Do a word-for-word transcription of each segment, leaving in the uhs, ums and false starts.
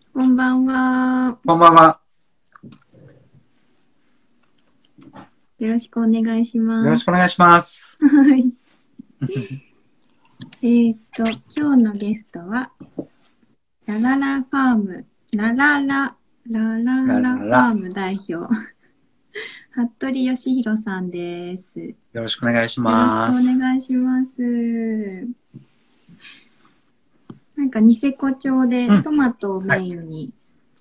こんばんは。 こんばんは。 よろしくお願いしよろます。 しくお願いします。 はい。えーっと、今日のゲストは、ラララファーム、ラララ、ララララララ。 ファーム代表、服部義弘さんです。 よろしくお願いしよろしくおます。 願いします。なんか、ニセコ町でうん。 トマトをメはい。 インに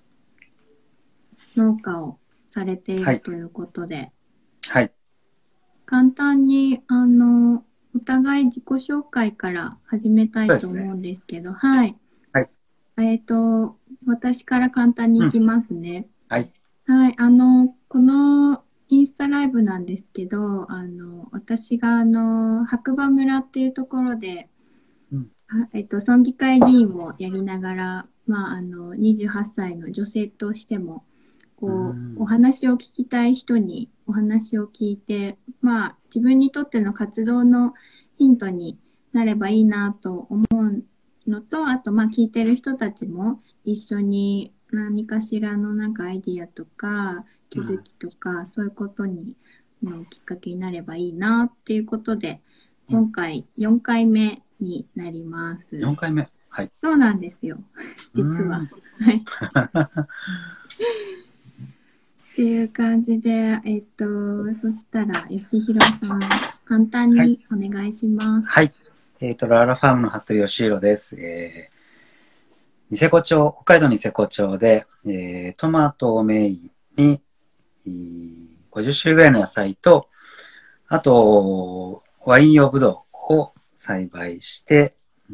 農家をされていはい。 るということで、 はい。 簡単に、あの、お互い自己紹介から始めたいと思うそうですね。 んですけど、はい。 はい。 えっと、私から簡単にうん。 いきますね。 はい。 はい。あの、このインスタライブなんですけど、あの、私があの、白馬村っていうところで、 うん。 あえっと、村議会議員をやりながら、まあ、あの、にじゅうはっさいの女性としても、 うこう、おん。 話を聞きたい人にお話を聞いて、まあ、自分にとっての活動のヒントになればいいなと思うのと、あと、まあ、聞いてる人たちも一緒に何かしらのなんかアイディアとか気づうん。 きとか、そういうことに、のきっかけになればいいなっていうことで、 うん。 今回よんかいめになります。 よんかいめ。はい。 そうなんですよ。 う実は。 ん。 はい。っていう感じで、えっと、そしたら、よしひろさん、簡単はい。 にお願いします。 はい。えっと、ララファームの服部義弘です。えー、ニセコ町、北海道ニセコ町で、えー、トマトをメインに、ごじゅっしゅるいぐらいの野菜と、あと、ワイン用ブドウを栽培して、うん、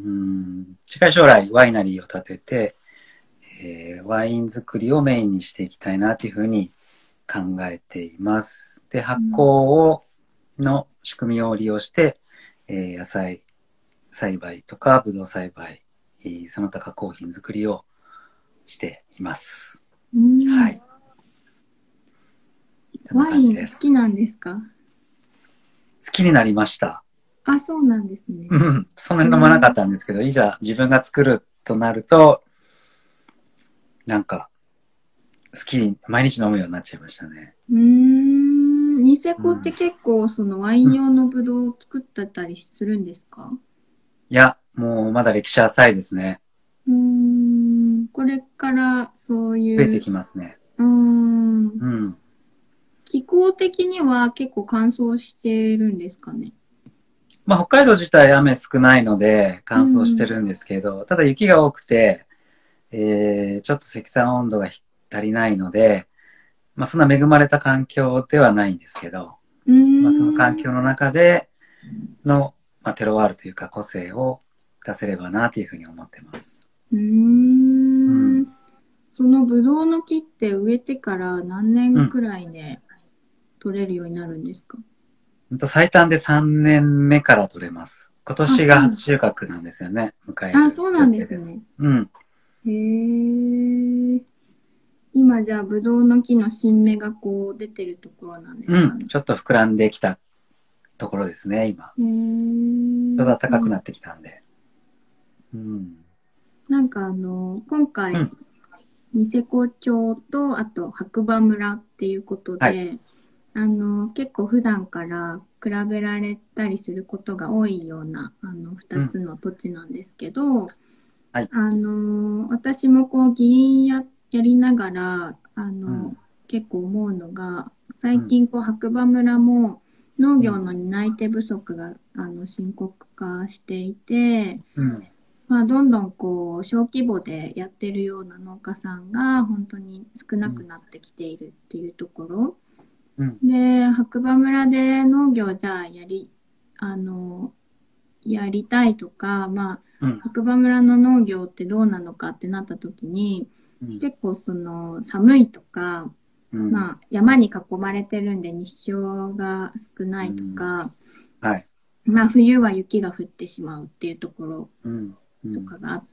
近い将来ワイナリーを建てて、えーワイン作りをメインにしていきたいなというふうに考えています。で、発酵うん、 をの仕組みを利用して、えー野菜栽培とかブドウ栽培、その他加工品作りをしています。 うん、 はい。こんなワイ感じです。 ン好きなんですか？ 好きになりました。 あ、そうなんですね。 うん。そんなえに飲まなかー、 ったんですけど、いざ自分が作るとなると、なんか好きに毎日飲むようになっちゃいましたね。 うーん、ニセコってうん。 結構そのワインうん。 用のブドウを作ってたりするんですか？ いや、もうまだ歴史浅いですね。 うーん、これからそう増えていう、 きますね。 うーん、 うん。 気候的には結構乾燥してるんですかね。 まあ、北海道自体雨少ないのでう乾燥してん、 るんですけど、ただ雪が多くて、えー、ちょっと積算温度が足りないので、まあ、そんな恵まれた環境ではないんですけど、 うーまあ、その環ん、 境の中での、まあ、テロワールというか個性を出せればなというふうに思ってます。 うーうん。 ん。そのブドウの木って植えてから何年うん。 くらいで取れるようになるんですか？ 最短でさんねんめから取れます。今あ、 年が初そう。 収穫なんですよね。迎えあ、 るそうなんで予定です。 すね。 うん。 へえ。今じゃあブドウの木の新芽がこう出てるところなんですうん。 かね。 ちょっと膨らんできたところですね、今。 へちょうどえ、そう。 暖かくなってきたんで。うん。 なんかあの、今回、 うん。 ニセコ町と、あと白馬村っていうことはい。 で、あの、結構普段から比べられたりすることが多いような、あの、二うん。 つの土地なんですけど、 はい。 あの、私もこう、議員や、やりながら、あの、 うん。 結構思うのが、最うん。 近こう、白馬村も農業うん。 の担い手不足が、あの、深刻化していて、 うん。 まあ、どんどんこう、小規模でやってるような農家さんが本当に少なくうん。 なってきているっていうところ。 うん。 で、白馬村で農業じゃあやり、あの、やりたいとか、まあ、 うん。 白馬村の農業ってどうなのかってなった時に、 うん。 結構その寒いとか、 うん。 まあ山に囲まれてるんで日照が少ないとうん。 か、 はい。 まあ冬は雪が降ってしまうっていうところうん。うん。 とかがあって、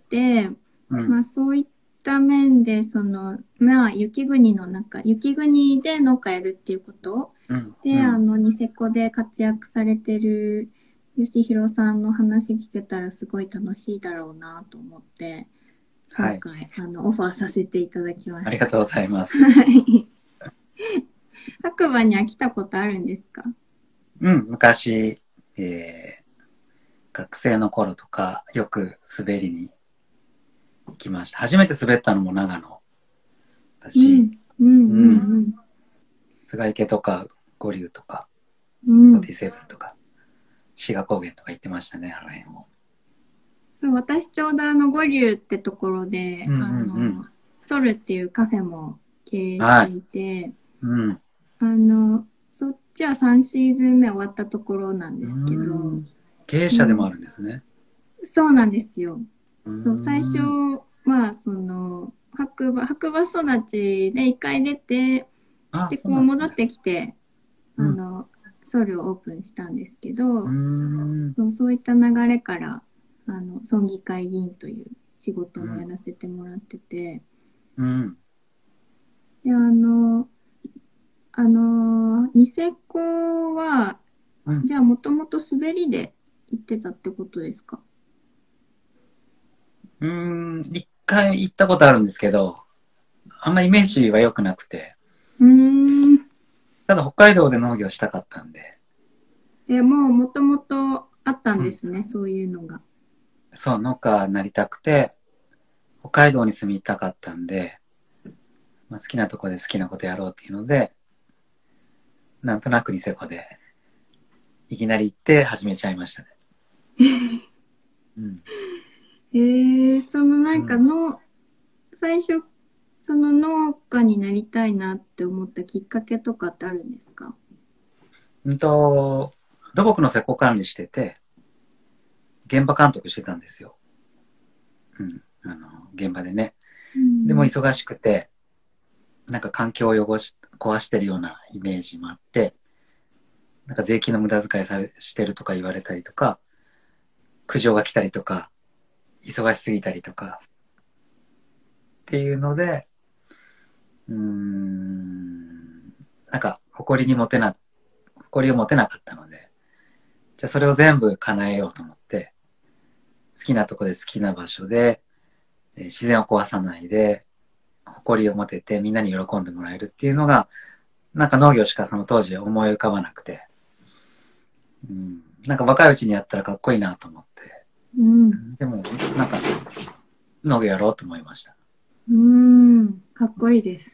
うん。 まあそういった面で、その、まあ雪国の中、雪国で農家やるっていうことうん。うで、あん。 の、ニセコで活躍されてる吉弘さんの話聞けたらすごい楽しいだろうなと思って、 はい。 今回、あの、オファーさせていただきました。 ありがとうございます。 はい。白馬には来たことあるんですか？ うん、昔、えー学生の頃とか、よく滑りに行きました。初めて滑ったのも長野だうん、 し、 うん、うん、 うん。 うん。 菅池とか、五竜とか、 うん。 フォーティーセブンとか、志賀高原とか行ってましたね、あの辺も。 そう、私ちょうどあの、五竜ってところで、 うんうあんうん。 の、ソルっていうカフェも経営しはい。 ていて、 うん。 あの、そっちはさんシーズン目終わったところなんうーですけど、 ん。経営うん、 者でもあるんですね。 そうなんですよ。 うーそう、最初、 ん。 まあ、その、白馬、白馬育ちで一回出て、 あ、 で、 そうなんですね。 こう戻ってきて、あうん。 の、ソウルをオープンしたんですけうーど、 ん。 そう、そういった流れから、あの、村議会議員という仕事うん。 もやらせてもらってて、 うん。 で、あの、あの、ニセコは、 うん。 じゃあもともと滑りで行ってたってことですか？ うーん。一回行ったことあるんですけど、あんまイメージは良くなくて、 うーん。 ただ北海道で農業したかったんで、 え、もうもともとあったんうん。 ですね、そういうのが。 そう、農家になりたくて、北海道に住みたかったんで、まあ、好きなとこで好きなことやろうっていうので、なんとなくニセコで、いきなり行って始めちゃいましたね。うん。 えー、そのなんかうん。 の、最初、その農家になりたいなって思ったきっかけとかってあるんですか？ うんと、土木の施工管理してて、現場監督してたんですよ。うん。あの、現場でね。 うん。 でも忙しくて、なんか環境を汚し、壊してるようなイメージもあって、なんか税金の無駄遣いされしてるとか言われたりとか、苦情が来たりとか、忙しすぎたりとか、っていうので、うーん、なんか、誇りに持てな、誇りを持てなかったので、じゃあそれを全部叶えようと思って、好きなとこで好きな場所で、自然を壊さないで、誇りを持ててみんなに喜んでもらえるっていうのが、なんか農業しかその当時思い浮かばなくて、うん、なんか若いうちにやったらかっこいいなと思って、 うん。 でも、なんか農業やろうと思いました。 うーん。かっこいいです。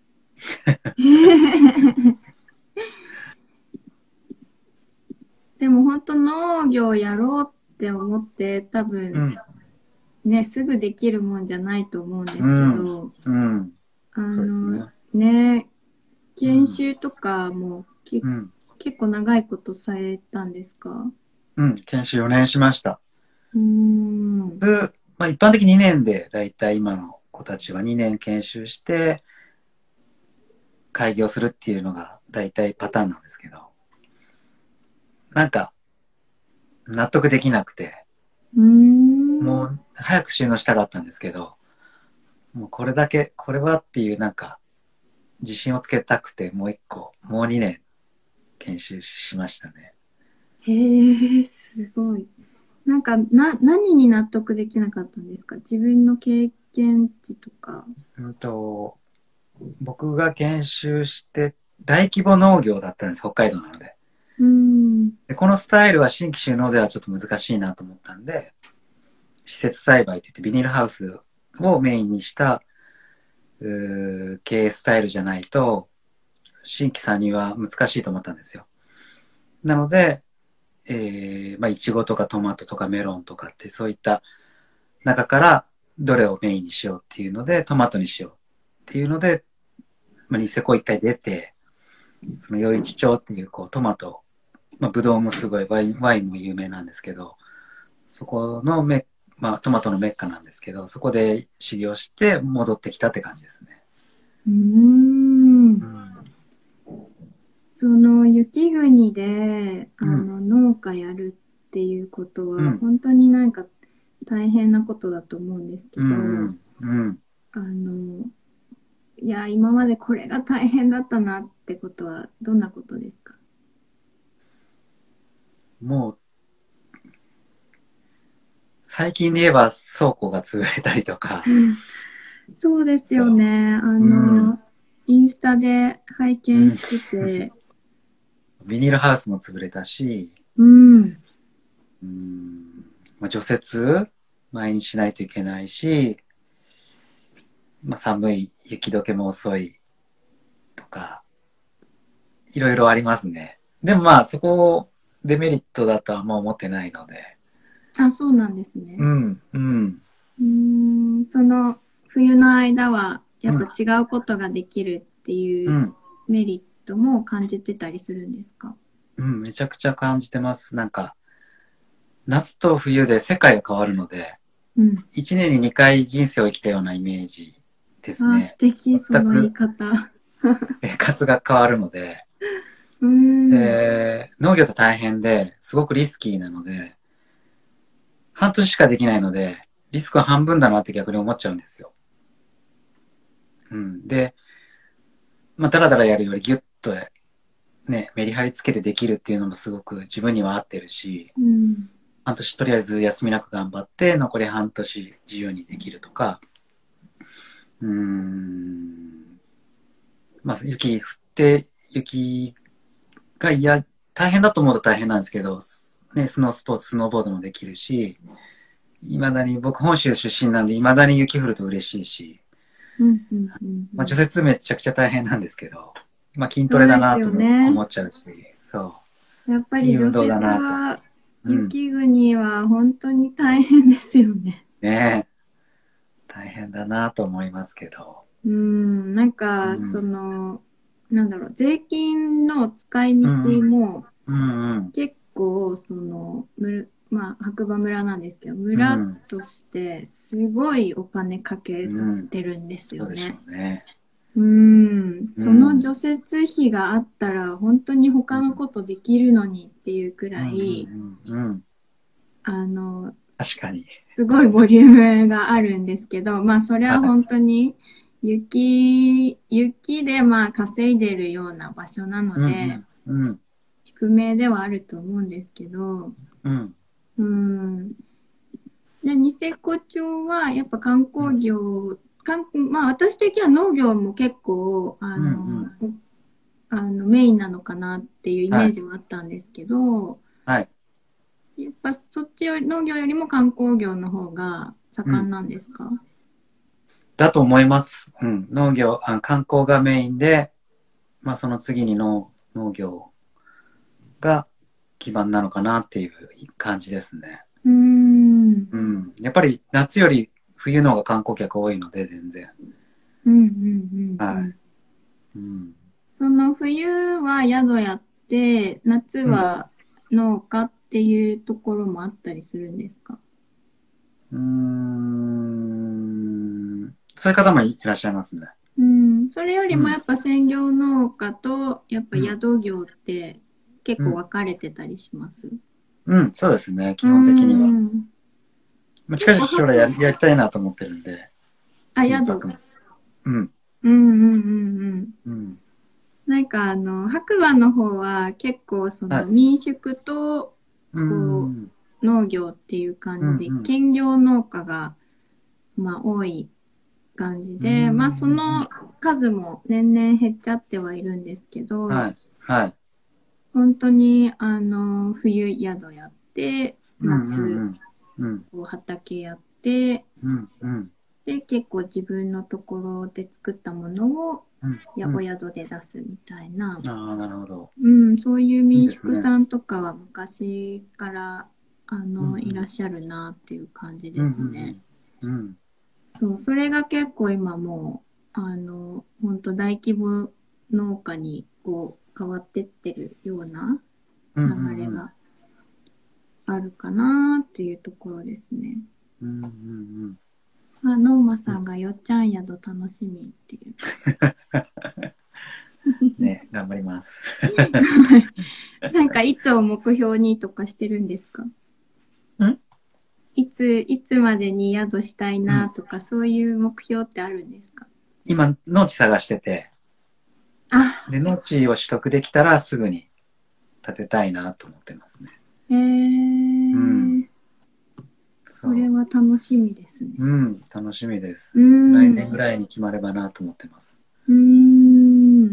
でも本当農業やろうって思って多分うん、 ね、すぐできるもんじゃないと思うんですけうん、 ど、 うん、 あの、 そうですね。 ね、 うん、 研修とかもけうん、 結構長いことされたんですか？ うん、研修よねんしました。 うーん。 普通、まあ一般的ににねんで、だいたい今の子たちはにねん研修して、開業するっていうのがだいたいパターンなんですけど、なんか納得できなくて、 うーん。 もう早く収納したかったんですけど、もうこれだけ、これはっていうなんか自信をつけたくて、もう一個、もうにねん研修しましたね。 へえ、すごい。なんか、な、何に納得できなかったんですか？自分の経験値とか。 うんと、僕が研修して大規模農業だったんです、北海道なので。 うーん。 で、このスタイルは新規収納ではちょっと難しいなと思ったんで、施設栽培って言ってビニールハウスをメインにした経営スタイルじゃないと、新規参入は難しいと思ったんですよ。なので、えー、まあ、いちごとかトマトとかメロンとかってそういった中からどれをメインにしようっていうので、トマトにしようっていうので、まあ、ニセコ一回出て、その余市町っていうこうトマト、まあ、ブドウもすごいワイン、ワインも有名なんですけど、そこのメまあ、トマトのメッカなんですけど、そこで修行して戻ってきたって感じですね。 うーん。 うん。 その雪国で、あうん。 の、農家やるっていうことは、 うん。 本当になんか大変なことだと思うんですけうど、 ん。うん。 あの、いや、今までこれが大変だったなってことは、どんなことですか？ もう、 最近で言えば倉庫が潰れたりとか、 そうですよね。あうの、 ん、 インスタで拝うん、 見してて、 ビニールハウスも潰れたし、 うん。 うん、まあ、除雪毎日しないといけないし、まあ、寒い、雪解けも遅いとか、いろいろありますね。でもまあ、そこをデメリットだとはあんま思ってないので。 あ、そうなんですね。 うん、うん、 うーん、その冬の間はやっぱうん、 違うことができるっていううん、 メリットも感じてたりするんですか？ うん、めちゃくちゃ感じてます。なんか、夏と冬で世界が変わるので、 うん。 一年に二回人生を生きたようなイメージですあ、素ね。 敵、その言い全く方。 生活が変わるので、 うーん。 で、農業って大変で、すごくリスキーなので、半年しかできないので、リスクは半分だなって逆に思っちゃうんですよ。うん。で、まあ、だらだらやるよりギュッとね、メリハリつけてできるっていうのもすごく自分には合ってるし、 うん。 半年とりあえず休みなく頑張って、残り半年自由にできるとか、うーん、まあ、雪降って、雪が嫌、大変だと思うと大変なんですけど、ね、スノースポーツ、スノーボードもできるし、いまだに、僕本州出身なんで、いまだに雪降ると嬉しいし、 うん、うん、うん、うまあ、除ん。 雪めちゃくちゃ大変なんですけど、まあ、筋トレだそうですよなとも思ね。 っちゃうし、そう、いやっぱり除い運動だなと。 雪は、 うん。 雪国は本当に大変ですよね。 ねえ、大変だなと思いますけど。 うん、なんうか、そん。 の、なんだろう、税金の使いうん。 道もうんうん。 結構、その、むまあ、白馬村なんですけど、 う村ん。 としてすごいお金かけうん。 てるんですそうでしょよね。 うね。 うん、そのうん。 除雪費があったら、本当に他のうん。 ことできるのにっていうくうん。うらい、 ん。うん。 あの、 確かに。 すごいボリュームがあるんですけど、まあ、それははい。 本当に雪、雪でまあ稼いでるような場所なのうん。 で、 うん。うん。 宿命ではあると思うんですけど、 うん。 うん。で、ニセコ町はやっぱ観うん。 光業、観まあ私的には農業も結構、あうん。うの、 ん。 あのメインなのかなっていうイはい。 メージはあったんですけど、 はい。 やっぱそっちより、農業よりも観光業の方がうん。 盛んなんですか？ だと思います。うん。農業、あ、観光がメインで、まあその次に農、農業が基盤なのかなっていう感じですね。 うーん。 うん。やっぱり夏より冬の方が観光客多いので、全然。 うんうんうんうはん。 い。うん。 その冬は宿やって、夏うん。 は農家っていうところもあったりするんですか？ うーん。そういう方もいらっしゃいますね。 うん、それよりうん。 もやっぱ専業農家とやっぱうん。 宿業って結うん。 構分かれてたりします？ うん。そうですね。 う基本的には。 ん。 まあ、近い結構将来や白、 り、やりたいなと思ってるんで、 あ、宿。 民泊も。うん。 うんうんうんうん。 うん。 なんかあの、白馬の方は結構そはい。 の民宿とうこん。 う農業っていう感じで、 うん。 兼業農家がまあ多い感じうん。うで、まあそん。 の数も年々減っちゃってはいるんですけど、 はい。はい。 本当にあの冬宿やって、 うん。う夏ん。うん。 こう畑やって、 うん。うん。 で結構自分のところで作ったものをうん。 やおうん。 宿で出すみたいな、 ああ、なるほど。 うん、そういう民いいですね。 宿さんとかは昔からあうん。うのいらっん。 しゃるなっていう感じうん。 ですね。 うん。うん。 そう、それが結構今もう、あの、本当大規模農家にこう変わってってるようなうん。う流れん。 があるかなっていうところですね。 うん。うん。うん。 あ、ノーマいいさんがよっちゃん宿楽しみっていう。 ね、頑張ります。 なんかいつを目標にとかしてるんですか？ んいつ、いつまでに宿したいうん。 なとかそういう目標ってあるんですか？ 今、農地探してて、 あ、 で、農地を取得できたらすぐに建てたいなと思ってますね。 えうん。 ー、 それは楽しみですね。 うん、楽しみです。 うん。 来年ぐらいに決まればなと思ってます。 うーん。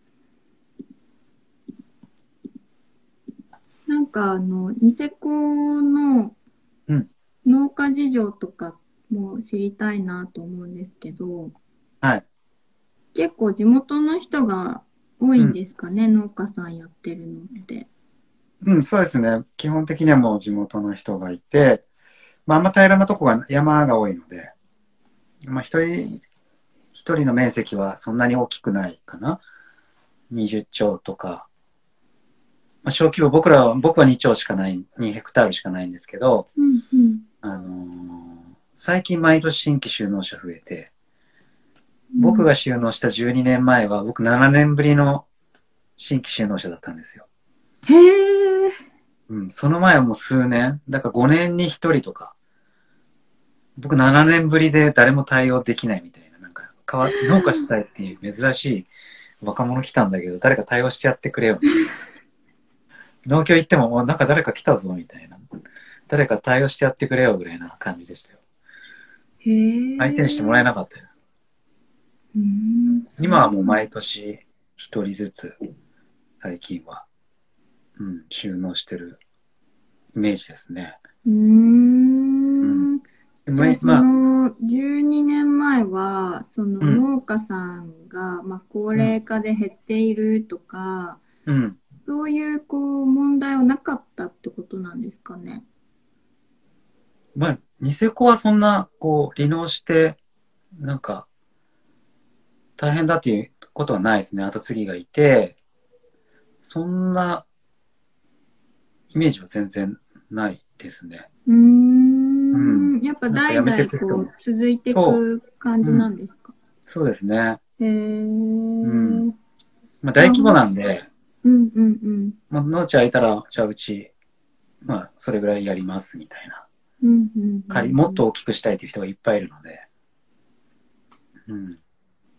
なんかあの、ニセコのうん。 農家事情とかも知りたいなと思うんですけど、 はい。 結構地元の人が多いんうん。 ですかね、農家さんやってるのって。 うん、そうですね。基本的にはもう地元の人がいて、まあ、あんま平らなとこが山が多いので、まあ、一人、一人の面積はそんなに大きくないかな。にじゅっ丁とか。まあ、小規模、僕らは、僕はに丁しかない、にヘクタールしかないんですけど、 うんうん。 あのー最近毎年新規就農者増えて、僕うん、 が就農したじゅうにねんまえは、僕ななねんぶりの新規就農者だったんですよ。 へえ。 うん、その前はもう数年、だからごねんにひとりとか、僕ななねんぶりで誰も対応できないみたいな、なんか、かわ農家したいっていう珍しい若者来たんだけど、誰か対応してやってくれよみたいな。農協行っても、なんか誰か来たぞみたいな。誰か対応してやってくれよぐらいな感じでしたよ。 へ相手にしてもらええ。 なかったです。 うーん、そう今はもうなん。 毎年一人ずつ、最近は、うん、収納してるイメージですね。 うーうん。 ん。 でもじゃあ、そまあ、 のじゅうにねんまえは、そのうん、 農家さんが、まあ、高うん、 齢化で減っているとか、 うん。 そういうこう問題はなかったってことなんですかね。 まあ、ニセコはそんな、こう、離農して、なんか、大変だっていうことはないですね。後継ぎがいて、そんなイメージは全然ないですね。 うーうん。 ん。やっぱなんか辞めて代々 いく人も。 こう続いていそく感う。 じうん。 なんですか。 そうですね。 へうん。 え。 まあ、 じゃあ、 大規模ほん、 なんで、 うんうんうん。 まあ、農地空いたら、じゃあうち、まあ、それぐらいやりますみたいな。 うんうんう仮、もっんと大きくしたいという人がいっぱいいるので。うん。で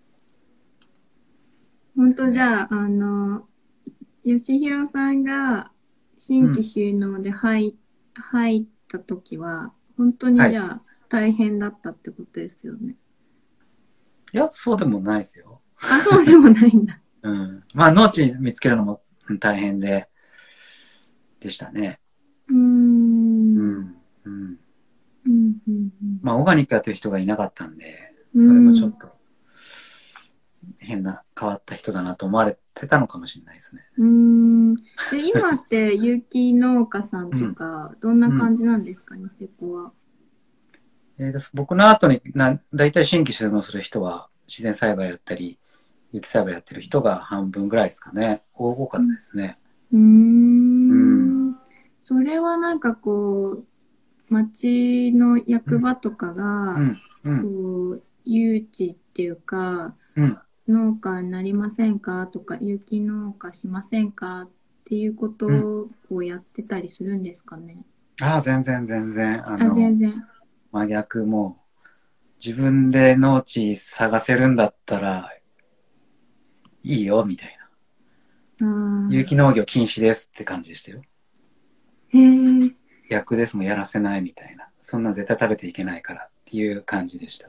うん。本すね。 当じゃあ、あの、吉弘さんが新規うん。 収納で入、入った時は、本当はい。 にじゃあ大変だったってことですよね。 いや、そうでもないですよ。 あ、そうでもないんだ。 うん。まあ、農地見つけるのも大変で、でしたね。 うーん。 うん。うん。 うんうんまあ、オーガニックやってる人がいなかったんで、 うん。 それもうん。 ちょっと変な、変わった人だなと思われてたのかもしれないですね。 うーん。で、今って有機農家さんとうん。 か、どんなうん。 感じなんですか、ニセコは。 えー僕の後にな、大体新規就農する人は自然栽培やったり、有機栽培やってる人が半分ぐらいですかね。多かったですね。 ううん。 ん。うーん。それはなんかこう、町のうん。 役場とかが、 うん。うん。 こう、誘致っていうか、 うん。 農家になりませんかとか、有機農家しませんかっていうことうん。 をやってたりするんですかね。 ああ、全然全然。ああ、 の、 全然。 真逆も自分で農地探せるんだったらいいよ、みたいな。 ああ、 有機農業禁止ですって感じでしたよ。 へえ、 逆ですもんやらせないみたいな。そんな絶対食べていけないからっていう感じでした。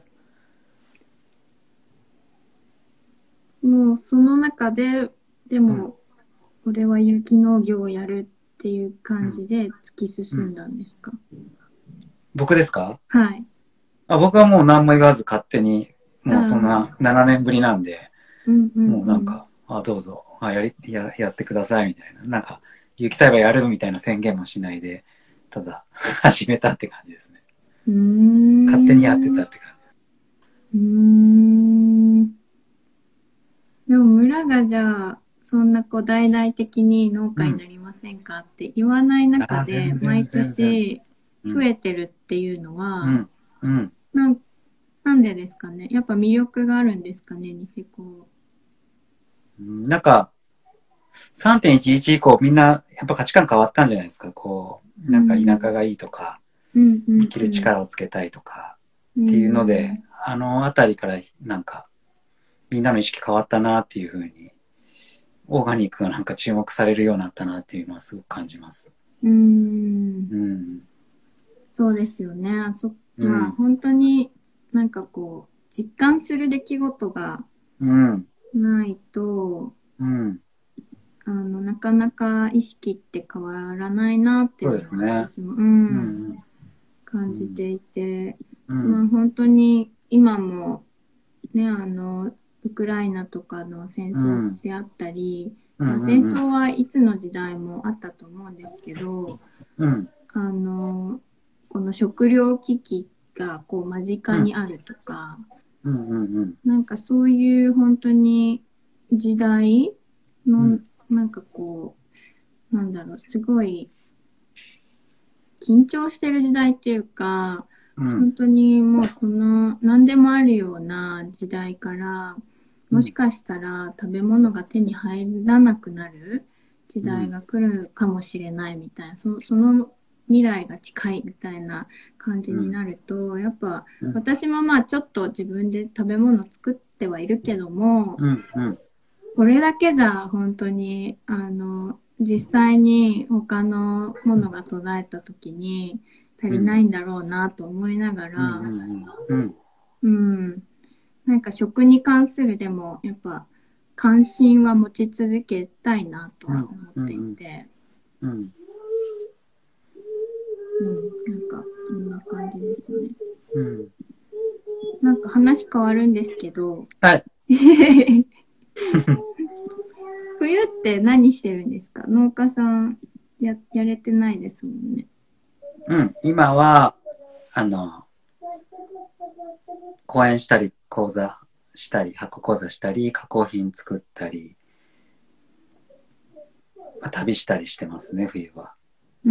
もうその中で、でうん。 も、俺は有機農業をやるっていううん。 感じで突きうん。 進んだんですか。 僕ですか？ はい。 あ、僕はもう何も言わず勝手に、 あもうそんあ、 なななねんぶりなんで、 うんうんうん。 もうなんか、あ、どうぞ、あ、やり、や、やってくださいみたいな。なんか、有機栽培やるみたいな宣言もしないで、ただ、始めたって感じですね。 うー勝手にやってたん。 って感じです。 うーん。でも村がじゃあ、そんなこう大々的に農うん。 家になりませんかって言わない中あ、 で、 全然毎全然。 年うん。 増えてるっていうのは、 うん。うん。 なん、なんでですかね。やっぱ魅力があるんですかね、ニセコ。 なんか、さんてんいちいち以降みんなやっぱ価値観変わったんじゃないですか。こう、 うなんか田ん、 舎がいいとか、 うんうん生きるうん。 力をつけたいとかうっていうので、 ん、 あのあたりからなんかみんなの意識変わったなっていうふうに、オーガニックがなんか注目されるようになったなっていうのはすごく感じます。 うん。 うん。 そうですよね。そ、 うんまあ本当になんかこう、実感する出来事がうん。 ないと、 うん。 あの、なかなか意識って変わらないなっていそううのはですね。 私も、うん、 うん。うん。 感じていて、 うん。 まあ本当に今もね、あの、ウクライナとかの戦争うん。 であったり、 うん。 まあ、戦うん。 争はいつの時代もあったと思うんですけど、 うん。 あの、この食糧危機がこう間近うん。 にあるとか、 うん。うん。 なんかそういう本当に時代の、 うん。 なんかこう、なんだろう、すごい緊張してる時代っていうか、 うん。 本当にもうこの何でもあるような時代から、 うん。 もしかしたら食べ物が手に入らなくなる時うん。 代が来るかもしれないみたいな、そ、その未来が近いみたいな感じになると、やっぱうん。 私もまあちょっと自分で食べ物作ってはいるけども、 うん。うん。 これだけじゃ本当に、あの、実際に他のものが途絶えた時に足りないんだろうなと思いながうん。 ら、 うん。 うん、なんか食に関するでもやっぱ関心は持ち続けたいなとうん。 は思っていうん。 て、 うん。 うん、なんかそんな感じですね。 うん。 なんか話変わるんですけど、 はい。 冬って何してるんですか？農家さんや、やれてないですもんね。 うん。今は、あの、講演したり、講座したり、箱講座したり、加工品作ったり、まあ、旅したりしてますね、冬は。 うん。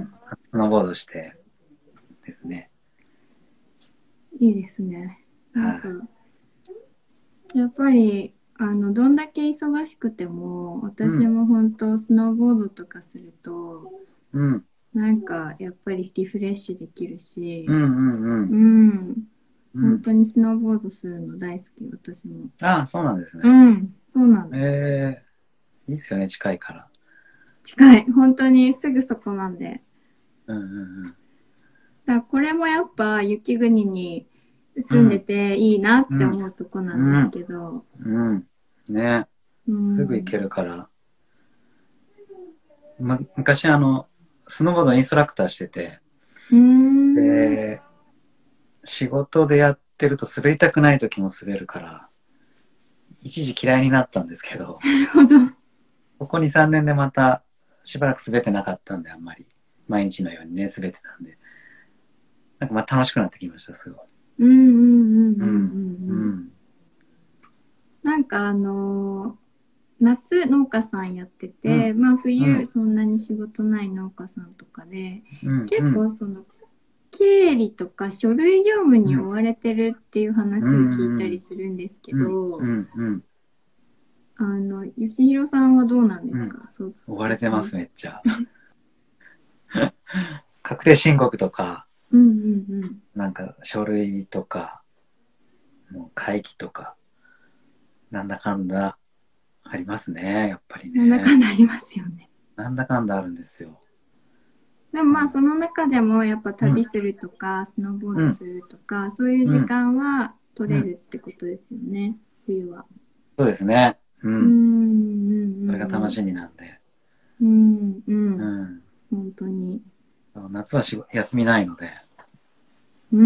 うん。スノーボードしてですね。 いいですね。なんか、 はい。 やっぱり、あの、どんだけ忙しくても、 うん。 私も本当、スノーボードとかすると、 うん。 なんか、やっぱりリフレッシュできるし、 うん。うん。ううん。 ん。 うん。 本当にスノーボードするの大好き、私も。 ああ、そうなんですね。 うん。そうなんです。 ええ、いいっすよね、近いから。 近い。本当にすぐそこなんで。 うんうんだからこれもやっぱ雪国にうん。 住んでていいなってうん。 思うとこなんですうん。 けど、 うん。ね。 うすぐ行けん。 るから。ま、昔あの、スノーボードインストラクターしてて、 うーん。なで、仕事でやってると滑りたくない時も滑るから、一時嫌いになったんですけど、 るほど。 ここに、さんねんでまたしばらく滑ってなかったんで、あんまり。毎日のようにね、滑ってたんで。なんかまあ楽しくなってきました、すごい。 うんうんうんうんうんううん。うん。 ん。 なんかあのー夏農家さんやってうん。 て、まあ冬うん。 そんなに仕事ない農家さんとかで、 うん。 結うん。 構その経理とか書類業務に追うん。 われてるっていうう話を聞いたりん。 するんですけうん。うど、 ん。うん。 あの、吉弘さんはどうなんでうん。 すか？そっ追わち系。 れてます、めっちゃ。確定申告とか、 うんうんうん。 なんか書類とか、もう会議とか、なんだかんだありますね、やっぱりなんだかね。 んだありますよね。 なんだかんだあるんですよ。 でもそう。 まあその中でもやっぱうん。 旅するとか、スノーボーうん。 ドするとか、そういう時うん。 間は取うん。 れるってことですよね、冬は。 そうですね。ううん、うん。それが楽ん、 しみなんで。 うん、うん、うん、 うん。 本当に。 夏はし休みないので。 うん。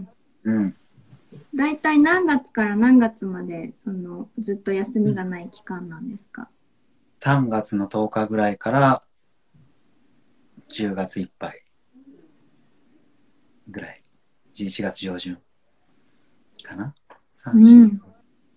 うん。 だいたい何月から何月まで、その、ずっと休うん。 みがない期間なんですか？ さんがつのとおかぐらいからじゅうがついっぱいぐらい。じゅういちがつ上旬かな？ さん、よん。 うん。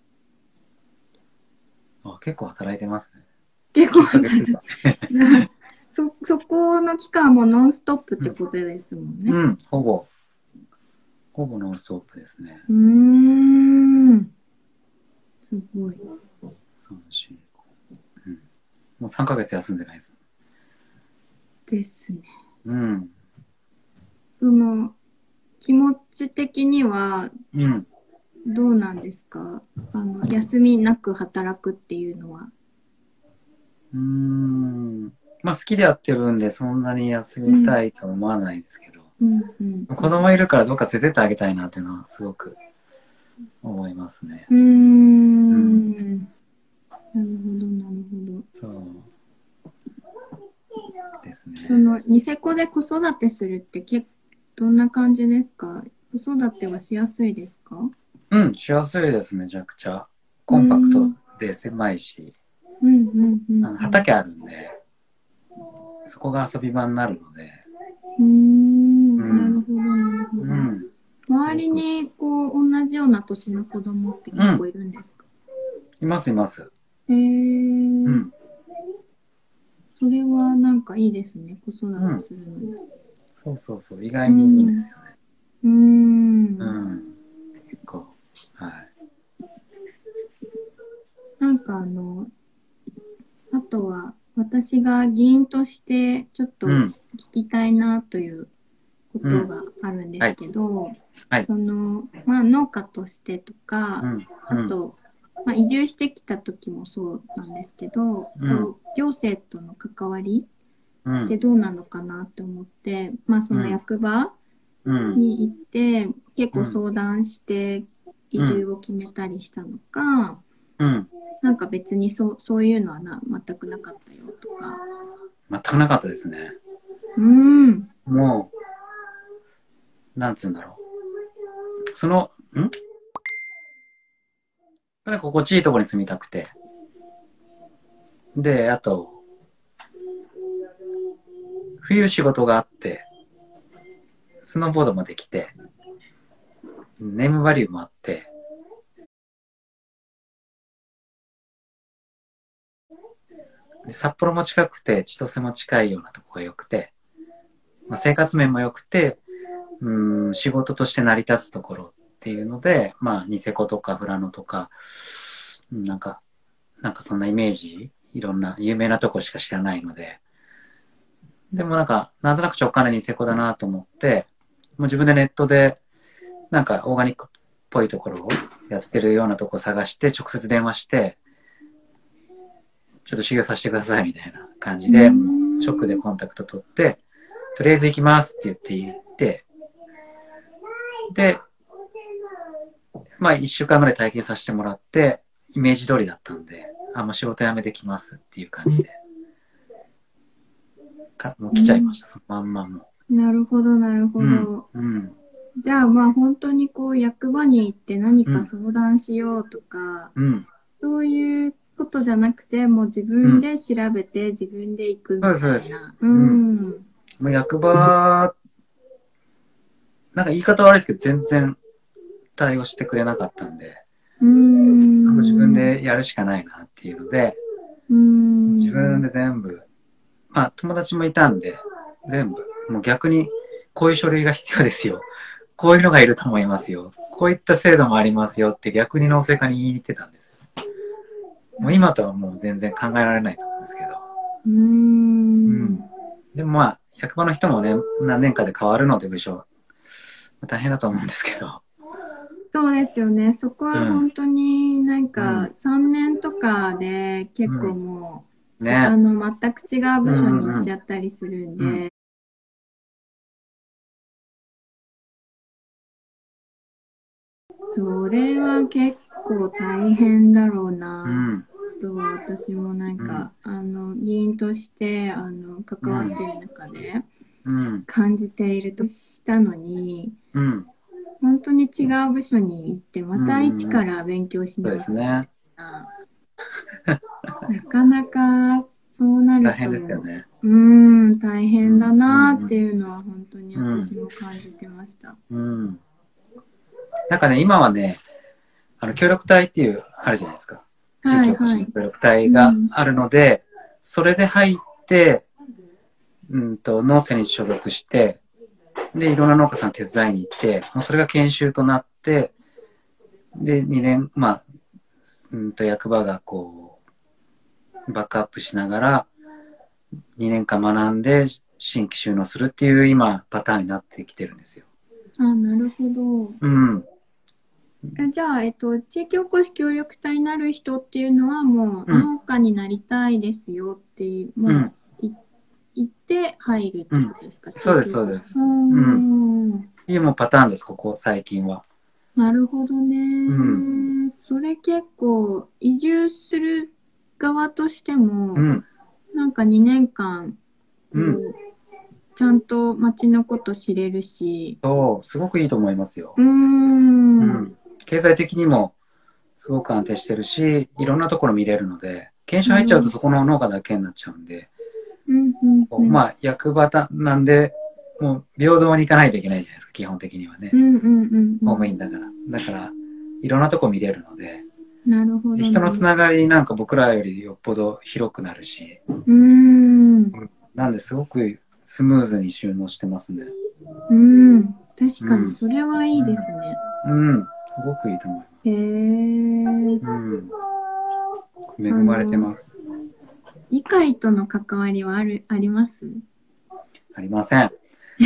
あ、結構働いてますね。 結構いっかげつ働いぐらい。 て、なそ、そこの期間もノンストップっうん。 てことですもんね。 うん。ほぼ、ほぼノンストップですね。 うーん。すごい。 さん、よん、うん。もうさんかげつ休んでないです。 ですね。 うん。 その、気持ち的にはうん。 どうなんですか？あの、休みなく働くっていうのは。 うーん。まあ好きでやってるんで、そんなに休うん。 みたいとは思わないですけど。 うんうん。 子供いるからどっか連れてってあげたいなっていうのはすごく思いますね。 うーん。なるほど、なるほど。 そうですね。 その、ニセコで子育てするって結どんな感じですか？子育てはしやすいですか？ うん、しやすいです、めちゃくちゃ。 うーコンパクトん。 で狭いし、 うんうんうんあのうん。 畑あるんで、そこが遊び場になるので、 うーん、 うん、 なるほど、なるほど。 うん、す周りごく。 にこう同じような年の子供って結構うん、 いるんですか？ います、います。 へえ、 うん、 それはなんかいいですね、子育うん。 てするのに。 そうそうそう、意う外にいいんですん、 よね。 うーん。 うん、結構。はい。 なんかあの、あとは私が議員としてちょっとうん、 聞きたいなというこうん。 とがあるんですはい、 けど、 はい。 その、まあ農家としてとか、 うん、うん、 あと、まあ移住してきた時もそうなんですけど、 うん、 こう、行政との関わりってうん、 どうなのかなって思って、まあそのうん、 役場うん、 に行って結構うん、 相談して移うん、 住を決めたりしたのか、 うん。 なんか別にそう、そういうのはな、全くなかったよとか。 全くなかったですね。 うーん。 もう、なんつうんだろう。その、んただ心地いいところに住みたくて。で、あと、冬仕事があって、スノーボードもできて、ネームバリューもあって、で札幌も近くて、千歳も近いようなとこが良くて、まあ、生活面も良くて、うん、仕事として成り立つところっていうので、まあ、ニセコとか富良野とか、なんか、なんかそんなイメージ、いろんな有名なとこしか知らないので、でもなんか、なんとなく直感でニセコだなと思って、もう自分でネットで、なんかオーガニックっぽいところをやってるようなとこを探して、直接電話して、ちょっと修行させてくださいみたいな感じうーで、もう直でん。 コンタクト取って、とりあえず行きますって言って言って、で、まあ一週間ぐらい体験させてもらって、イメージ通りだったんで、あ、もう仕事辞めてきますっていう感じで、かもう来ちゃいました、そのまんまもなるほど、なるう。うん、 ほど。 うん、 じゃあまあ本当にこう役場に行って何かうん、 相談しようとか、 うん、 そういうことじゃなくて、もう自うん。 分で調べて自分で行くみそうです、そうです。 たいな。ううん。 ん。うもう役場、なんか言い方悪いですけど、全然対応してくれなかったんで、 ーもう自分ん。 でやるしかないなっていうので、 うーん。 自分で全部、まあ友達もいたんで、全部、もう逆にこういう書類が必要ですよ。こういうのがいると思いますよ。こういった制度もありますよって逆に農政課に言いに行ってたんですよ。もう今とはもう全然考えられないと思うんですけど。 うーうん。 ん。 でもまあ、役場の人もね、何年かで変わるので部署、大変だと思うんですけど。 そうですよね。そこうん。 は本当になんうん。 かさんねんとかで結構うん。 もう他ね。 の全く違ううん部署にうんうん。 行っちゃったりするんうん。 で、それは結構大変だろうなうん。 と私もなんうん。 かあの議員としてあのうん。 関わっている中でうん。 感じているとしたのに、 うん。 本当に違う部署に行ってまうん。 た一うん。 から勉強しそうで直すみたいすね。 な。なかなかそうなる大変ですよと、 ね。 うーん、大変だうん。うなってん。 いうのは本当にうん。 私も感じてました。 うん。なんかね、今はね、あの、協力隊っていう、あるじゃないですか。地域おこしはいはい。 の協力隊がうん。 あるので、それで入って、うんと、農政に所属して、で、いろんな農家さん手伝いに行って、もうそれが研修となって、で、にねん、まあ、うんと、役場がこう、バックアップしながら、にねんかん学んで、新規収納するっていう今、パターンになってきてるんですよ。 あ、なるほど。 うん。 えじゃあ、えっと、地域おこし協力隊になる人っていうのはもううん。 農家になりたいですよっていう、 うん。 もうい行って入るってことですか？ うん、そうです、そうです。 うん。うん。いいもパターンです、ここ、最近は。 なるほどね。 うん。 それ結構、移住する側としても、 うん。 なんかにねんかん、こうん。 う、ちゃんと街のこと知れるし、 そう、すごくいいと思いますよ。 うーん。 うん。経済的にもすごく安定してるし、いろんなところ見れるので、研修入っちゃうとなるほど。 そこの農家だけになっちゃうんで、 うん、うん、うん。 まあ、役場なんで、もう平等に行かないといけないじゃないですか、基本的にはね。 うん、うん、うん、う公務ん。 員だから。だから、いろんなとこ見れるので、 なるほど、 人なるほど。 のつながりなんか僕らよりよっぽど広くなるし、 うーん。 なんですごくスムーズに収納してますね。 うん。確かに、 うん。 それはいいですね。 うん。すごくいいと思いまへす。 え。 うん。恵あまれての、 ます。 議会との関わりはある、あります？ ありません。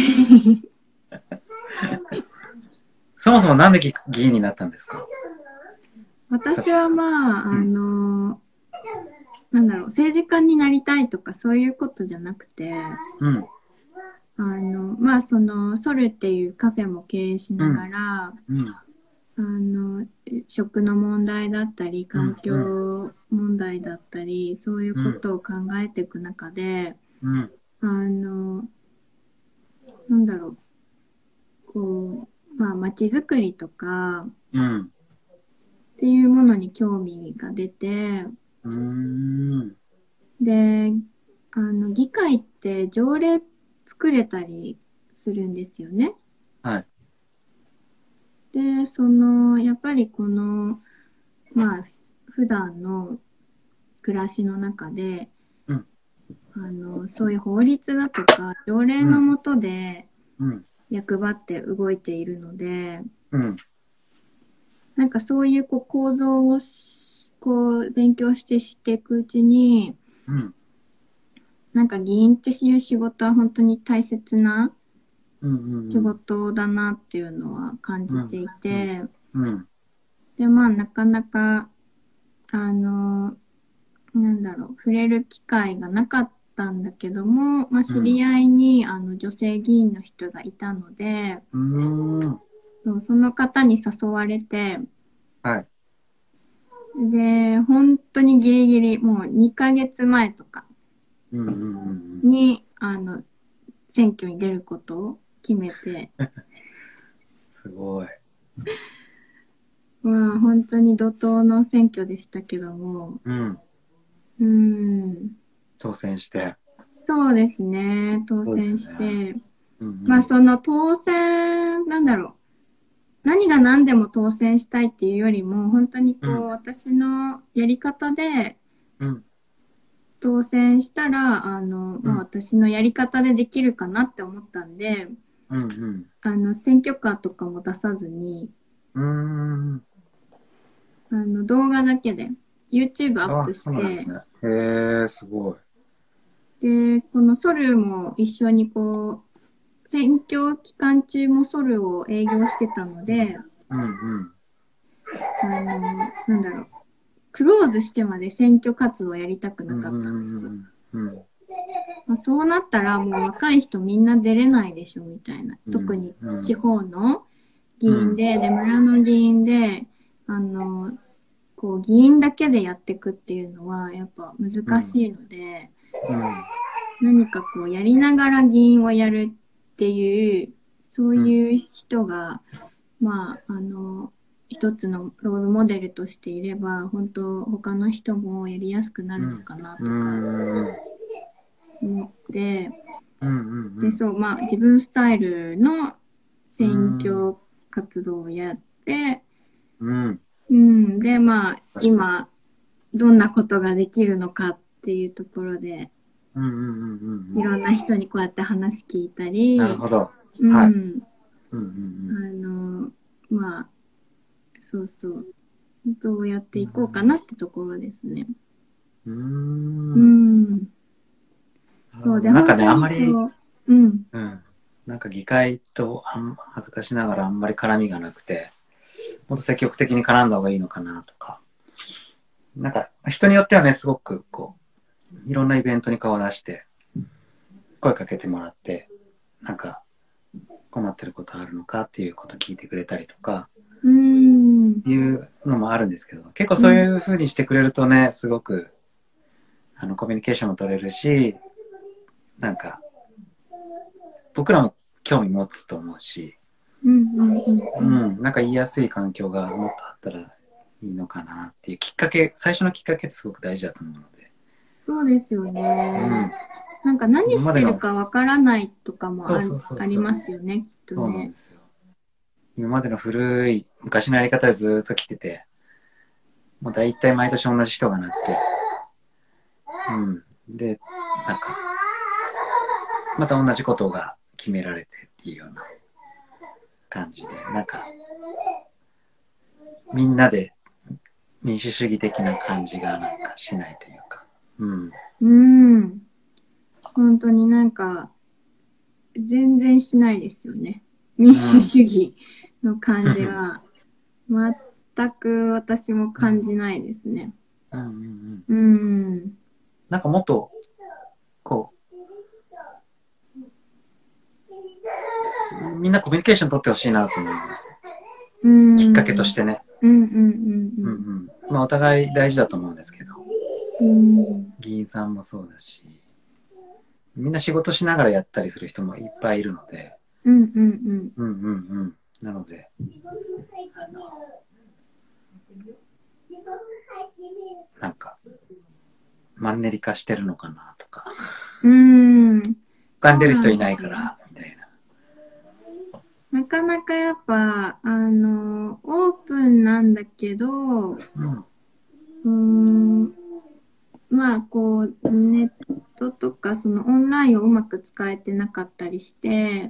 そもそもなんで議議員になったんですか？さ私はきさん。 まあ、あうん。 の、なんだろう、政治家になりたいとかそういうことじゃなくて、 うん。 あの、まあ、その、ソルっていうカフェも経営しながうん。 ら、 うん。 あの、食の問題だったり、環うん。うん。 境問題だったり、そういううん。 ことを考えていく中で、 うん。 あの、なんだろう、こう、まあ、街づくりとかうん。 っていうものに興味が出て、 うーん。 で、あの、議会って条例作れたりするんですよね。 はい。 で、その、やっぱりこの、まあ、普段の暮らしの中で、 うん。 あの、そういう法律だとか条例うん。 の下でうん。 役場って動いているので、 うん。 なんかそういうこう構造をしこう勉強して知っていくうちに、 うん。 なんか議員っていう仕事は本当に大切なうん。う仕ん。 事だなっていうのは感うん。 じていて、 うん。 で、まあなかなか、あの、なんだろう、触れる機会がなかったんだけども、まあうん。 知り合いにあの女性議員の人がいたので、 うーん。 そうその方に誘われて、 はい。 で、本当にギリギリ、もうにかげつまえとかうん。うん。うん。 に、あの、選挙に出ることを決めて、 すごい。 まあ本当に怒涛の選挙でしたけども、 うん。 うーん、 当選して。 そうですね、当選そうですよね。 して、 うん。うん。 まあその当選、なんだろう、何が何でも当選したいっていうよりも、本当にうん。 こう、私のやり方でうん。 当選したら、あの、まあうん。 私のやり方でできるかなって思ったんで、 うん。 あの、選挙カーとかも出さずに、 うん。うーん。 あの、動画だけで YouTube アッあ、 プしそうなんですて、 ね。へえ、すごい。 で、このソルも一緒にこう、選挙期間中もソルを営業してたので、 うん。うん。 あの、なんだろう、クローズしてまで選挙活動をやりたくうん。 なかったんですよ。 うん。うん。 まあ、そうなったらもう若い人みんな出れないでしょみたいな。 うん。 特にうん。 地方の議うん。 員で、で、村の議員で、あの、こう議員だけでやっていくっていうのはやっぱ難しいので、 うん。 何かこうやりながら議員をやるっていう、そううん。 いう人が、まあ、あの、一つのロールモデルとしていれば、本当他の人もやりやすくなるのかなうとかん。 思って、 うん。うで、 ん。 そう、まあ自分スタイルのう選ん。 挙活動をやって、 うん。 うん、で、まあ確かに。 今、どんなことができるのかっていうところで、 うん。うん。うん。うん。 いろんな人にこうやって話聞いたなるり、 ほど。 うはい。 ん、 うん。うあん。 の、まあ、そうそう、どうやってういこうかなってところですね。 ん。ううん。 ん、そうで、 なるほど。なんかね、あん本当にまり、 こう、うん、 うん。なんか議会とあん恥ずかしながらあんまり絡みがなくて、もっと積極的に絡んだ方がいいのかなとか。なんか、人によってはね、すごく、こう、いろんなイベントに顔を出して、 声かけてもらって、なんか困ってることあるのかっていうこと聞いてくれたりとか、 うん。 いうのもあるんですけど、結構そういう風にしてくれるとね、すごく、あの、コミュニケーションも取れるし、なんか、僕らも興味持つと思うし、 うんうんうんうん、なんか言いやすい環境がもっとあったらいいのかなっていうきっかけ、最初のきっかけってすごく大事だと思うので。 そうですようね。 ん。 なんか何してる今までの、 かわからないとかもあそうそうそうありそう。 ますよね、きっとそうなんね。 ですよ。今までの古い、昔のやり方でずーっと来てて、もう大体毎年同じ人がなって、うん。で、なんか、また同じことが決められてっていうような感じで、なんか、みんなで民主主義的な感じがなんかしないというか、うん。 うん。本当になんか、全然しないですよね。民主うん。 主義の感じは、全く私もうん。 感じないですね。 うんうんうん。 うん。 なんかもっと、こう、みんなコミュニケーション取ってほしいなと思います。 うん。 きっかけとしてね。 うんうんううんうんん。まあお互い大事だと思うんですけど、 うん。 議員さんもそうだし、みんな仕事しながらやったりする人もいっぱいいるので、 うんうんうん。 うんうんうん。なので、あの、なんか、マンネリ化してるのかなとか、 うん。 他に出る人いそうなんですよ。 ないから、みたいな。 なかなかやっぱ、あの、オープンなんだけど、ううん。 ーん、まあ、こう、ネットとか、そのオンラインをうまく使えてなかったりして、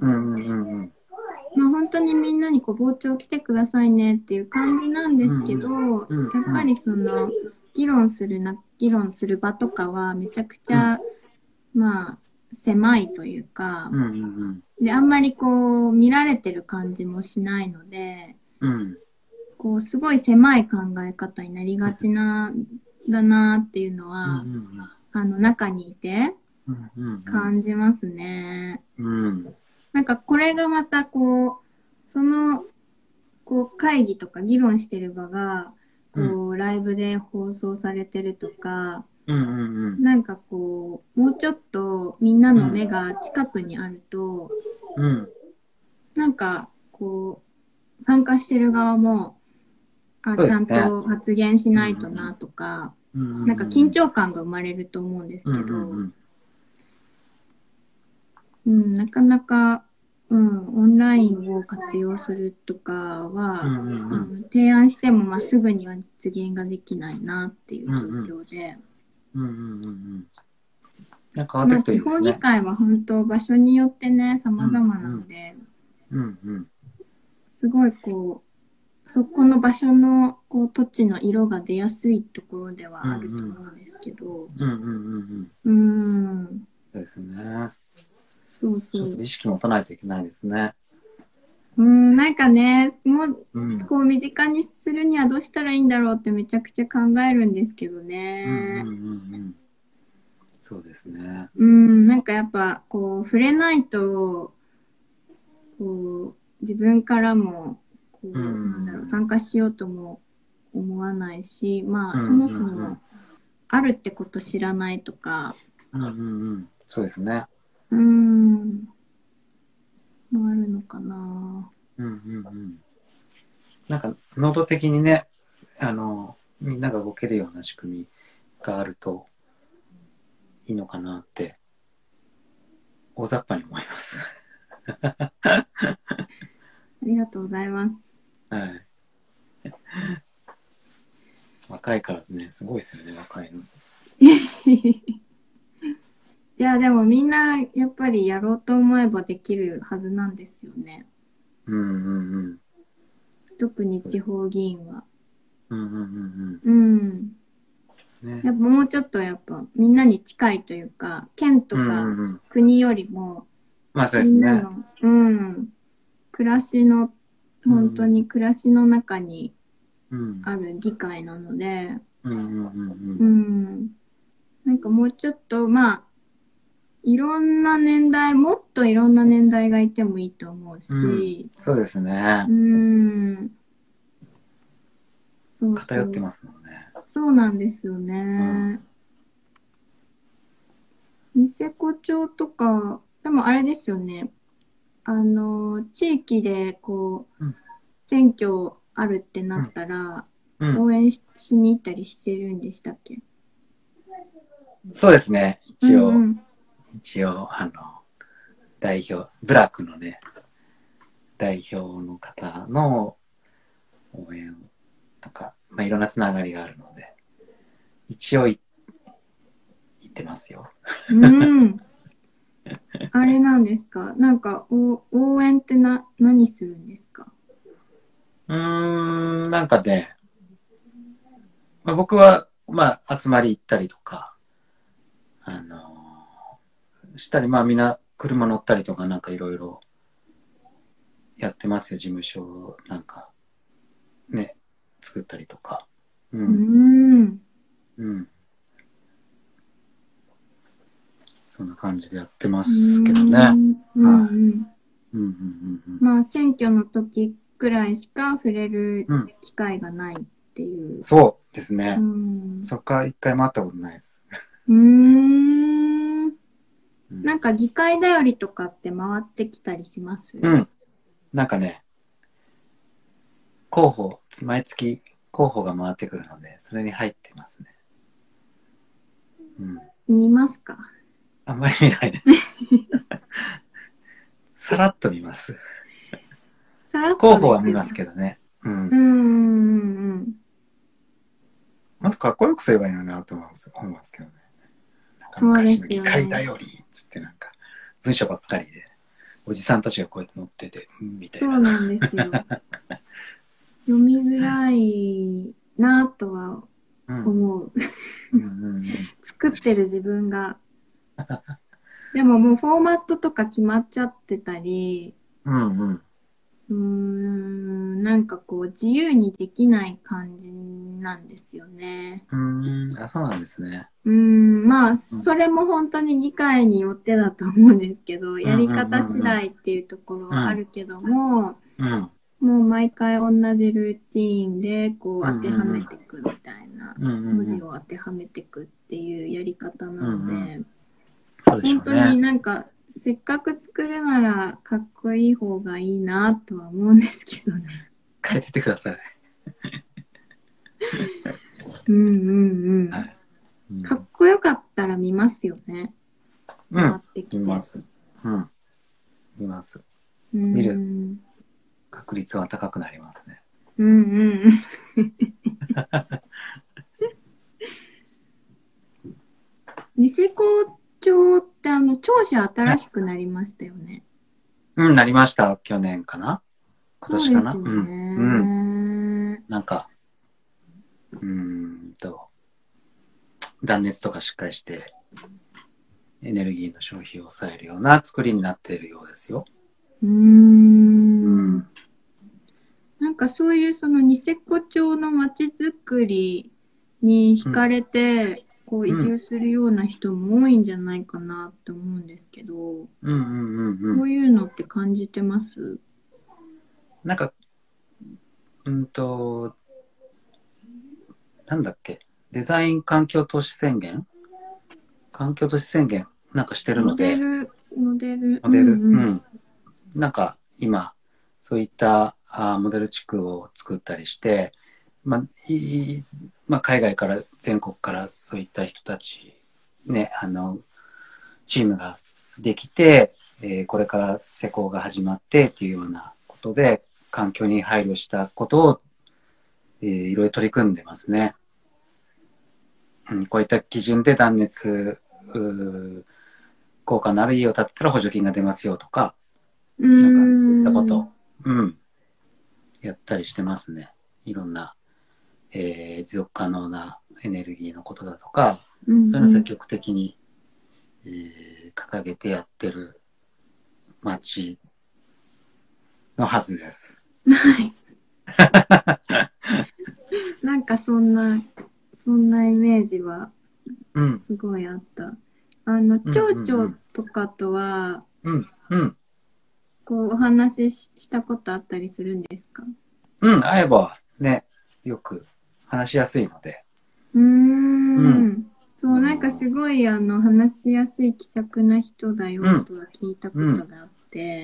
うんうんうんうん。 まあ、本当にみんなにこう傍聴来てくださいねっていう感じなんですけど、 うんうんうんやっぱりその議論するな、議論する場とかはめちゃくちうんゃ、まあ、狭いというか、 うんうんで、あんまりこう見られてる感じもしないので、 うんこうすごい狭い考え方になりがちなんだなっていうのうんうは、 んあの中にいてうんうん感じますね。 うんなんかこれがまたこう、そのこう会議とか議論してる場が、 うんこうライブで放送されてるとか、 うんうんなんかこう、もうちょっとみんなうんの目が近くにあると、 うんなんかこう、参加してる側も、あ、 そうちゃんですね。 と発言しうんないとなとか、 うんうんなんか緊張感が生まれると思うんですうんうけど、 んうん、なかなか、うん、オンラインを活用するとかは、 うんうんうんうんうん、提案してもまあすぐには実現ができないなっていう状うんうん況で、 うんうんうんなんか変わっていくといまあ地いですね。 方議会は本当場所によってね、 うん様々なうんので、 うんうんすごいこう、そこの場所のこう土地の色が出やすいところでうんうはあるとん思うんですけど、 うんうんうんうーん、 そうですね。 そうそう。 ちょっと意識持たないといけないですね。 うーん、なんかね、もう、 うんこう身近にするにはどうしたらいいんだろうってめちゃくちゃ考えるんですけどうんうんうんね。 うんそうですね。 うん、なんかやっぱこう触れないと、こう自分からも、こうう、なんだろう、 ん参加しようとも思わないし、まあそうんうもそもんあるってこと知らないとか、 うんうんうんそうですね。 うーん、もあるのかな。 うんうんうんなんか、能動的にね、あの、みんなが動けるような仕組みがあるといいのかなって、大雑把に思います。 ありがとうございます。 はい。若いからね、すごいですよね、若いの。 いや、でもみんなやっぱりやろうと思えばできるはずなんですよね。 うんうんうん。 特に地方議員は。 うんうんうんうん。 うん。ね。 やっぱもうちょっとやっぱみんなに近いというか、県とうんうかんうん。 国よりもまあそうですね。 みんなの、うん、暮らしの、本当うんに暮らしの中にうん。 ある議会なので、 うんうんうんううん。 ん。なんかもうちょっと、まあ、 いろんな年代、もっといろんな年代がいてもいいと思うし、 うん、そうですね。 うーん、そうそ偏ってう。 ますもんね。 そうなんですようん。 ね。ニセコ町とか、でもあれですよね。あの、地域でこう、 うん。 選挙あるってなっうん。 たら、 うん。 応援ししに行ったりしてるんでしたっけ？ そうですね。 う一応、 んうん。 一応、あの、代表、ブラックのね、代表の方の応援とか、まあ、いろんなつながりがあるので、一応い行ってますよ。 うーん。あれなんですか？なんか、お、応援ってな、何するんですか？ うーん、なんかね、まあ、僕は、まあ、集まり行ったりとか、あのしたり、まあみんな車乗ったりとかなんかいろいろやってますよ、事務所なんかね、作ったりとか。ううーん。 ん。 うん。そんな感じでやってまうーすけどね。 ん。うんうはん。 い。うんうんうんまあ、選挙の時くらいしか触れるうん。うん。 機会がないっていう。 そうですうね。 ん。 そっか一回も会ったことないです。 うーん。 うん。 なんか議会だよりとかって回ってきたりします？ うん。なんかね、候補、毎月候補が回ってくるので、それに入ってますね。うん。 見ますか？ あんまり見ないです。さらっと見ます。 さらっ候とで補は見ますすよね。 けどね。うん。 うんうんうん。 もっとかっこよくすればいいのになと思います、思いますけどね。なんかそうで昔の議すよね。 会だより、つってなんか、文章ばっかりで、おじさんたちがこうやって載ってて、うん、みたいな。 そうなんですよ。読みづらいなとはうん。 思う。 うんうんうん。 作ってる自分が。でももうフォーマットとか決まっちゃってたり、 うんうん。 うーん、なんかこう自由にできない感じなんですよね。 うーん、あ、そうなんですね。 うーん、まあ、 うん。 それも本当に議会によってだと思うんですけど、 うんうんやり方うんうん。 次第っていうところはあうん。 るけども、 うん。 もう毎回同じルーティーンでこううん当てはめうんうん。 ていくみたいな、 うんうんうん。 文字を当てはめていくっていうやり方なうんうん。 ので、 そうでしょ本当にうね。 なんか、せっかく作るならかっこいい方がいいなとは思うんですけどね。 変えてってください。 うんうんうん。 はい。うん。 かっこよかったら見ますよね。回うん。 ってきて。 見ます。うん。見ます。 うー見るん。 確率は高くなりますね。 うんうんうん。ニセコ町ってあの、庁舎新しくなりましたよね。 うん、なりました。去年かな今年かそうですよなうん。うん。 ね。 なんか、うーんと、断熱とかしっかりして、エネルギーの消費を抑えるような作りになっているようですよ。 うーうん。 ん。 なんかそういうそのニセコ町の街づくりに惹うん。 かれて、こう移うん。 住するような人も多いんじゃないかなって思うんですけど、 うんうんうんうん。 そういうのって感じてます？ なんか、うんと、なんだっけ。デザイン環境都市宣言環境都市宣言なんかしてるモので、 デル、モデル、うモデル、 んうん。 うん。なんか今、そういったあモデル地区を作ったりして、まあ、いいまあ、海外から全国からそういった人たち、ね、あの、チームができて、えーこれから施工が始まってっていうようなことで、環境に配慮したことを、えーいろいろ取り組んでますね。うん、こういった基準で断熱効果のある家を建てたら補助金が出ますよとか、 うーなんかそういったこん。 と、うん、やったりしてますね。いろんな、えー持続可能なエネルギーのことだとか、 うんそういうのを積うん。 極的に、えー掲げてやってる街のはずです。 はい。なんかそんな、そんなイメージはうん。 すごいあった。 あの、 うん蝶うんうん 々とかとは、 うんうんこう、お話ししたことあったりするんですか？ うん会えばね、よく話しやすいので。 うーうんん。そう、なんかうんすごい、あの、話しやすい気さくな人だうんよとは聞いたこうんとがあって、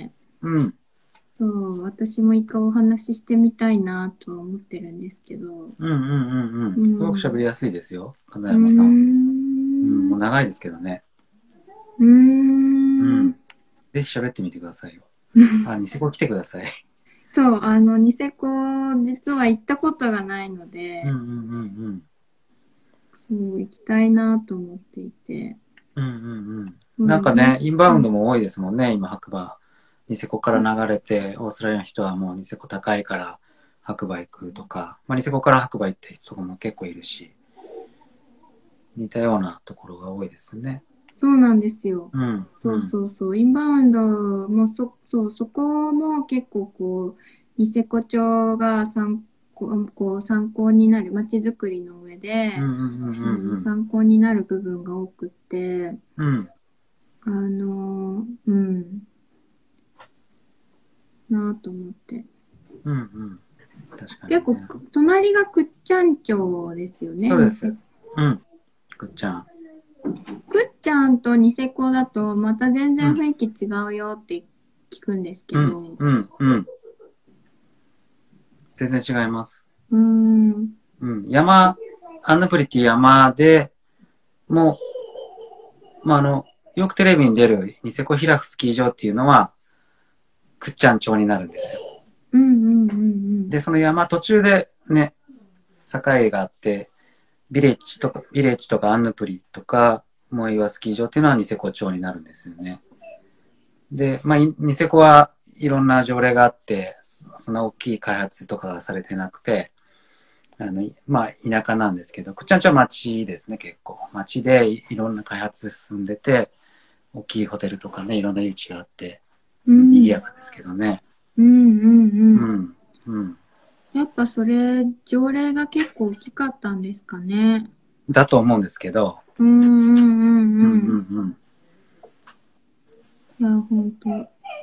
うんそう、私も一回お話ししてみたいなとは思ってるんですけど、 うんうんうんうん。 うすごく喋りん。 やすいですよ、金うー山さん。うん、もん。 う長いですけどね。 うーん。 うん。ぜひ喋ってみてくださいよ。あ、ニセコ来てください。 そう、あの、ニセコ、実は行ったことがないので、 うんうんうんそう、行きたいなと思っていて、 うん。うんうんうん。 うん、なん、 なんかね、インバうん、 ウンドも多いですもんね、今白馬。ニセコから流れて、オーストラリアの人はもうニセコ高いから白馬行くとか、まあニセコから白馬行って人も結構いるし、似たようなところが多いですよね。 そうなんですよ。 うんうそうん。 そうそう。インバウンドもそ、そう、そこも結構こう、ニセコ町が参考、こう参考になる、街づくりの上で、 うんうんうんあの、 うん参考になる部分が多くって、 うん。うん。 あの、うん、なぁと思って。 うんうん。確かに結構、 ね。 隣が倶知安町ですよね、 そうです。 ニセ。 うん。くっちゃん。 倶知安とニセコだとまた全うん。 然雰囲気違うよって聞くんですけうん。 ど、 うん。うん。全然違います。 うーん、 うん。山、アンナプリっていう山でもう、まあ、あの、よくテレビに出るニセコヒラフスキー場っていうのは、くっちゃん町になるんですよ。 うんうんうんで、その山途中でね、境があって、ビレッジとか、ビレッジとかアンヌプリとか、モイワスキー場っていうのはニセコ町になるんですよね。で、まあ、ニセコはいろんな条例があって、そんな大きい開発とかがされてなくて、あの、まあ、田舎なんですけど、くっちゃん町は町ですね、結構。町でいろんな開発進んでて、大きいホテルとかね、いろんな誘致があって、 うん。 賑やかですけどね。 うんうんうん。 うん。うん。 やっぱそれ、条例が結構大きかったんですかね。 だと思うんですけど。 うんうんうんうんううん。 んうん。 いや、ほんと。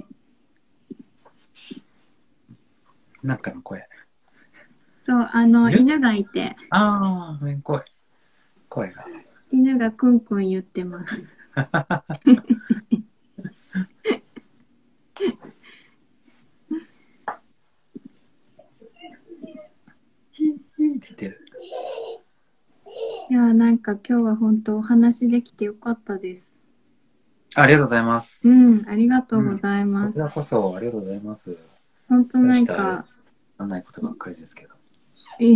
なんかの声。 そう、あの、 いる？ 犬がいて、 ああ、声。声が。 犬がクンクン言ってます。 ヒーヒーって言ってる。 いや、なんか今日は本当お話できてよかったです。 ありがとうございます。 うん、ありがとうん。 うございます。 こちらこそありがとうございます。 本当大したあれ、 なんか、 あんないことばっかりですけど。 ええ、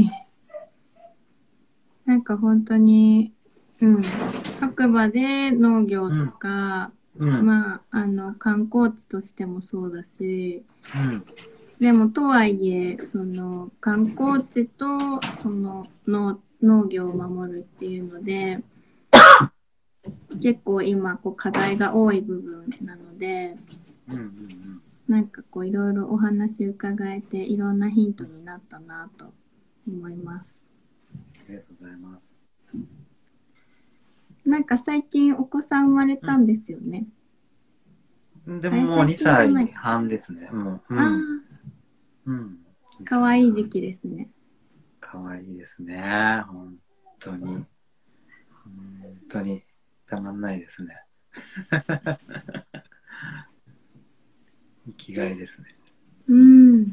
なんか本当に、うん、白馬で農業とうん。 か、 うん。 まあ、あの、観光地としてもそうだし、 うん。 でも、とはいえ、その、観光地と、その、農、農業を守るっていうので、結構今、こう、課題が多い部分なので、 うんうんうん。 なんかこう、いろいろお話伺えて、いろんなヒントになったなと思います。 ありがとうございます。 なんか最近お子さん生まれたんですよね。 うん、であれ、 ももう最近じゃな 2 い。 歳半ですね。もう、うあん。 あ、 うん。 かわいい時期ですね。 かわいいですね。本当に。本当にたまんないですね。生きがいですね。 うん。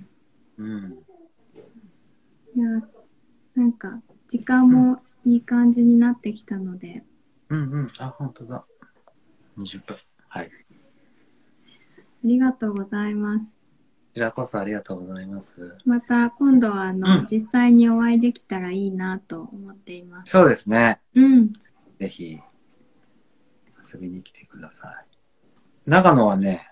うん。 いや、なんか、時間うん。 もいい感じになってきたので、 うんうん。あ、本当だ。にじゅっぷん。はい。こありがとうございます。 ちらこそありがとうございます。 また今度はあの、 うん。 実際にお会いできたらいいなと思っています。 そうですね。 うん。 ぜひ遊びに来てください。長野はね、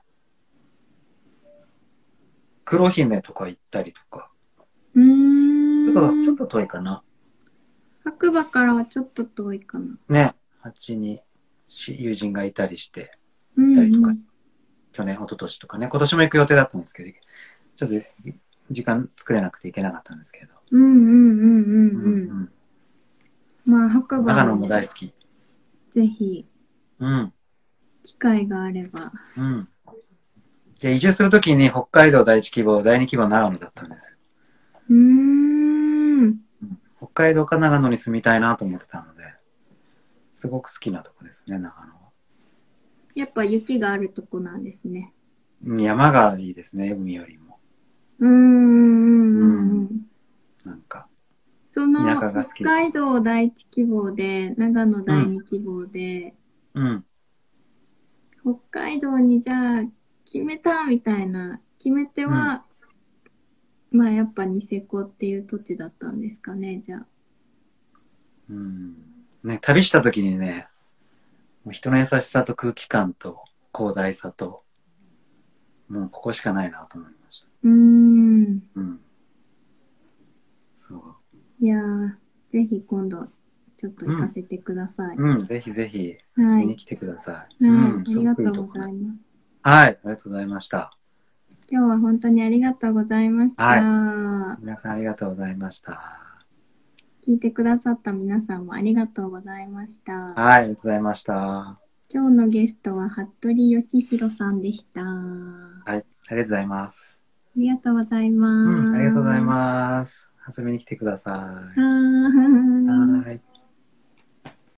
黒姫とか行ったりとか。 うーちょっと、ちょっん。 と遠いかな。 白馬からはちょっと遠いかな。 ね。あっちに友人がいたりして、 う行ったりとか。 ん去年、一昨年とかね。今年も行く予定だったんですけど、ちょっと時間作れなくて行けなかったんですけど。 うん。うんうんうんうんうんうん。 うん。 まあ白馬長野もも大好き。 ぜひうん。 機会があれば。 うん。で、移住するときに北海道第一希望、第二希望長野だったんですよ。 うーん。 うん、北海道か長野に住みたいなと思ってたので、すごく好きなとこですね、長野は。 やっぱ雪があるとこなんですね。 山がいいですね、海よりも。 うーん。うん。 なんか、 その、 田舎が北好きです。 海道第一希望で、長野うん。 第二希望で、 うん。 北海道にじゃあ決めたみたいな、決め手うん。 は、まあやっぱニセコっていう土地だったんですかね、じゃあ。 うん。ね、旅したときにね、人の優しさと空気感と広大さと、もうここしかないなと思いました。 うーん。 うん。そう。 いやー、ぜひ今度、ちょっと行かうん。 せてください。 うん。ぜひぜひ遊はい。 びに来てください。うはい。 ん。 ありすごくいがとうごいとこね。 ざいます。 はい。ありがとうございました。 今日は本当にありがとうございましはい。 た。 皆さんありがとうございました。 聞いてくださった皆さんもありがとうございました。 はい。ありがとうございました。は今日のゲストは服部義弘さんでした。あい。ありがとうございます。 りがとうございうん。ありがとうございます。 ます。遊びに来てください。 はーい。 はい。